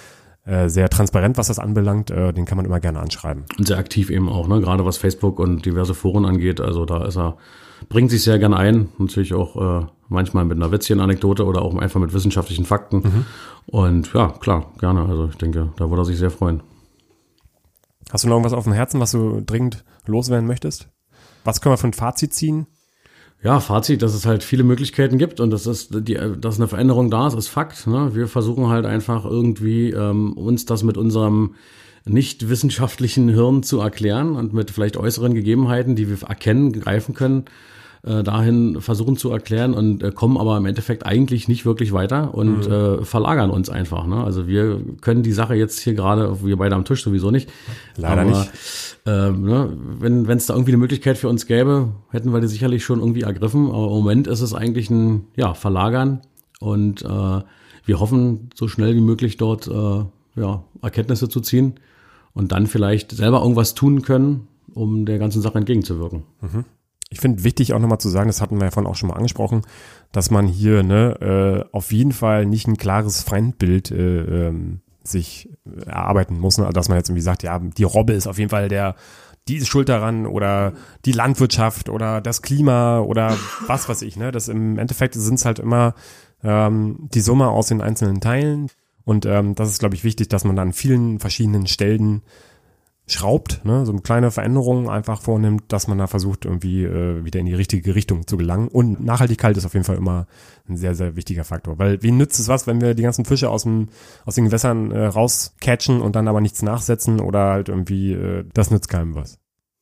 Speaker 1: sehr transparent, was das anbelangt. Den kann man immer gerne anschreiben.
Speaker 2: Und sehr aktiv eben auch, ne? Gerade was Facebook und diverse Foren angeht. Also da bringt sich sehr gerne ein. Natürlich auch manchmal mit einer witzigen Anekdote oder auch einfach mit wissenschaftlichen Fakten. Und ja, klar, gerne. Also ich denke, da würde er sich sehr freuen.
Speaker 1: Hast du noch irgendwas auf dem Herzen, was du dringend loswerden möchtest? Was können wir für ein Fazit ziehen?
Speaker 2: Ja, Fazit, dass es halt viele Möglichkeiten gibt und dass eine Veränderung da ist Fakt. Ne? Wir versuchen halt einfach irgendwie uns das mit unserem nicht wissenschaftlichen Hirn zu erklären und mit vielleicht äußeren Gegebenheiten, die wir erkennen, greifen können, dahin versuchen zu erklären und kommen aber im Endeffekt eigentlich nicht wirklich weiter und verlagern uns einfach. Ne? Also wir können die Sache jetzt hier gerade, wir beide am Tisch sowieso nicht.
Speaker 1: Leider
Speaker 2: aber,
Speaker 1: nicht.
Speaker 2: Wenn es da irgendwie eine Möglichkeit für uns gäbe, hätten wir die sicherlich schon irgendwie ergriffen. Aber im Moment ist es eigentlich ein Verlagern und wir hoffen, so schnell wie möglich dort Erkenntnisse zu ziehen und dann vielleicht selber irgendwas tun können, um der ganzen Sache entgegenzuwirken.
Speaker 1: Ich finde wichtig auch nochmal zu sagen, das hatten wir ja vorhin auch schon mal angesprochen, dass man hier auf jeden Fall nicht ein klares Feindbild sich erarbeiten muss. Ne? Also dass man jetzt irgendwie sagt, ja, die Robbe ist auf jeden Fall die ist schuld daran oder die Landwirtschaft oder das Klima oder was weiß ich. Ne? Das im Endeffekt sind es halt immer die Summe aus den einzelnen Teilen. Und das ist, glaube ich, wichtig, dass man an vielen verschiedenen Stellen schraubt, ne, so eine kleine Veränderung einfach vornimmt, dass man da versucht, irgendwie wieder in die richtige Richtung zu gelangen. Und Nachhaltigkeit ist auf jeden Fall immer ein sehr, sehr wichtiger Faktor. Weil wem nützt es was, wenn wir die ganzen Fische aus den Gewässern rauscatchen und dann aber nichts nachsetzen oder halt irgendwie, das nützt keinem was.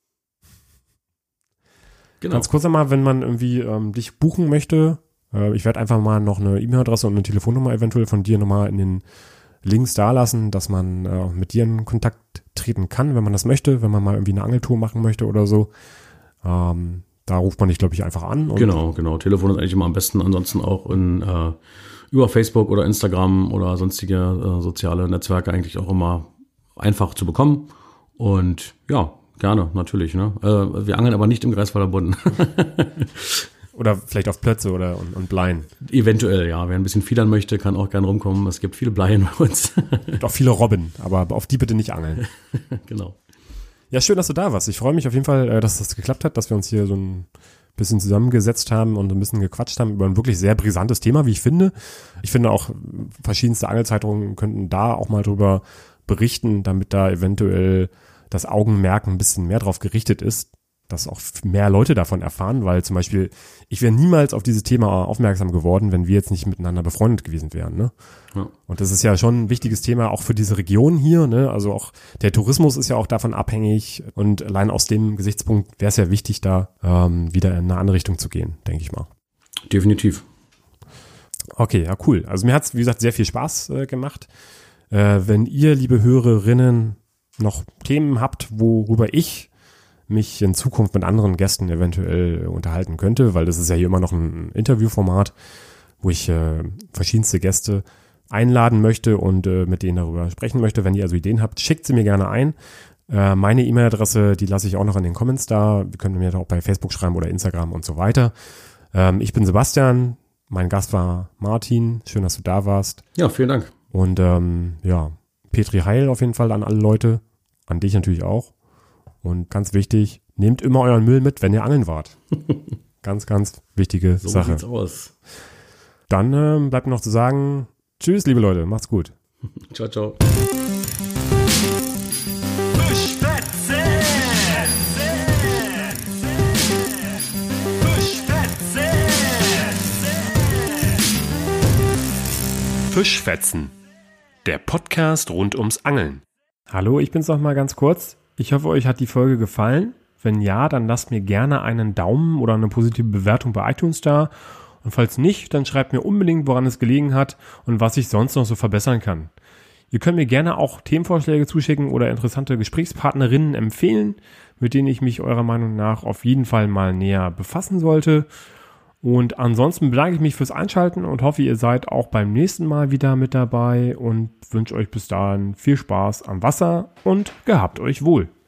Speaker 1: Genau. Ganz kurz einmal, wenn man irgendwie dich buchen möchte, ich werde einfach mal noch eine E-Mail-Adresse und eine Telefonnummer eventuell von dir nochmal in den Links dalassen, dass man mit dir in Kontakt treten kann, wenn man das möchte, wenn man mal irgendwie eine Angeltour machen möchte oder so. Da ruft man dich, glaube ich, einfach an. Und
Speaker 2: genau. Telefon ist eigentlich immer am besten. Ansonsten auch über Facebook oder Instagram oder sonstige soziale Netzwerke eigentlich auch immer einfach zu bekommen. Und ja, gerne, natürlich. Ne? Wir angeln aber nicht im Greifswalder Bodden.
Speaker 1: Oder vielleicht auf Plötze und Bleien.
Speaker 2: Eventuell, ja. Wer ein bisschen fiedern möchte, kann auch gerne rumkommen. Es gibt viele Bleien bei uns.
Speaker 1: Und auch viele Robben, aber auf die bitte nicht angeln.
Speaker 2: Genau.
Speaker 1: Ja, schön, dass du da warst. Ich freue mich auf jeden Fall, dass das geklappt hat, dass wir uns hier so ein bisschen zusammengesetzt haben und ein bisschen gequatscht haben über ein wirklich sehr brisantes Thema, wie ich finde. Ich finde auch, verschiedenste Angelzeitungen könnten da auch mal drüber berichten, damit da eventuell das Augenmerk ein bisschen mehr drauf gerichtet ist, dass auch mehr Leute davon erfahren, weil zum Beispiel, ich wäre niemals auf dieses Thema aufmerksam geworden, wenn wir jetzt nicht miteinander befreundet gewesen wären. Ne? Ja. Und das ist ja schon ein wichtiges Thema auch für diese Region hier. Ne? Also auch der Tourismus ist ja auch davon abhängig und allein aus dem Gesichtspunkt wäre es ja wichtig, da wieder in eine andere Richtung zu gehen, denke ich mal.
Speaker 2: Definitiv.
Speaker 1: Okay, ja cool. Also mir hat es, wie gesagt, sehr viel Spaß gemacht. Wenn ihr, liebe Hörerinnen, noch Themen habt, worüber ich mich in Zukunft mit anderen Gästen eventuell unterhalten könnte, weil das ist ja hier immer noch ein Interviewformat, wo ich verschiedenste Gäste einladen möchte und mit denen darüber sprechen möchte. Wenn ihr also Ideen habt, schickt sie mir gerne ein. Meine E-Mail-Adresse, die lasse ich auch noch in den Comments da. Wir können mir da auch bei Facebook schreiben oder Instagram und so weiter. Ich bin Sebastian, mein Gast war Martin. Schön, dass du da warst.
Speaker 2: Ja, vielen Dank.
Speaker 1: Und Petri Heil auf jeden Fall an alle Leute, an dich natürlich auch. Und ganz wichtig, nehmt immer euren Müll mit, wenn ihr angeln wart. Ganz, ganz wichtige Sache.
Speaker 2: So sieht's aus.
Speaker 1: Dann bleibt mir noch zu sagen, tschüss, liebe Leute, macht's gut.
Speaker 2: Ciao, ciao.
Speaker 1: Fischfetzen, der Podcast rund ums Angeln. Hallo, ich bin's noch mal ganz kurz. Ich hoffe, euch hat die Folge gefallen. Wenn ja, dann lasst mir gerne einen Daumen oder eine positive Bewertung bei iTunes da. Und falls nicht, dann schreibt mir unbedingt, woran es gelegen hat und was ich sonst noch so verbessern kann. Ihr könnt mir gerne auch Themenvorschläge zuschicken oder interessante Gesprächspartnerinnen empfehlen, mit denen ich mich eurer Meinung nach auf jeden Fall mal näher befassen sollte. Und ansonsten bedanke ich mich fürs Einschalten und hoffe, ihr seid auch beim nächsten Mal wieder mit dabei und wünsche euch bis dahin viel Spaß am Wasser und gehabt euch wohl.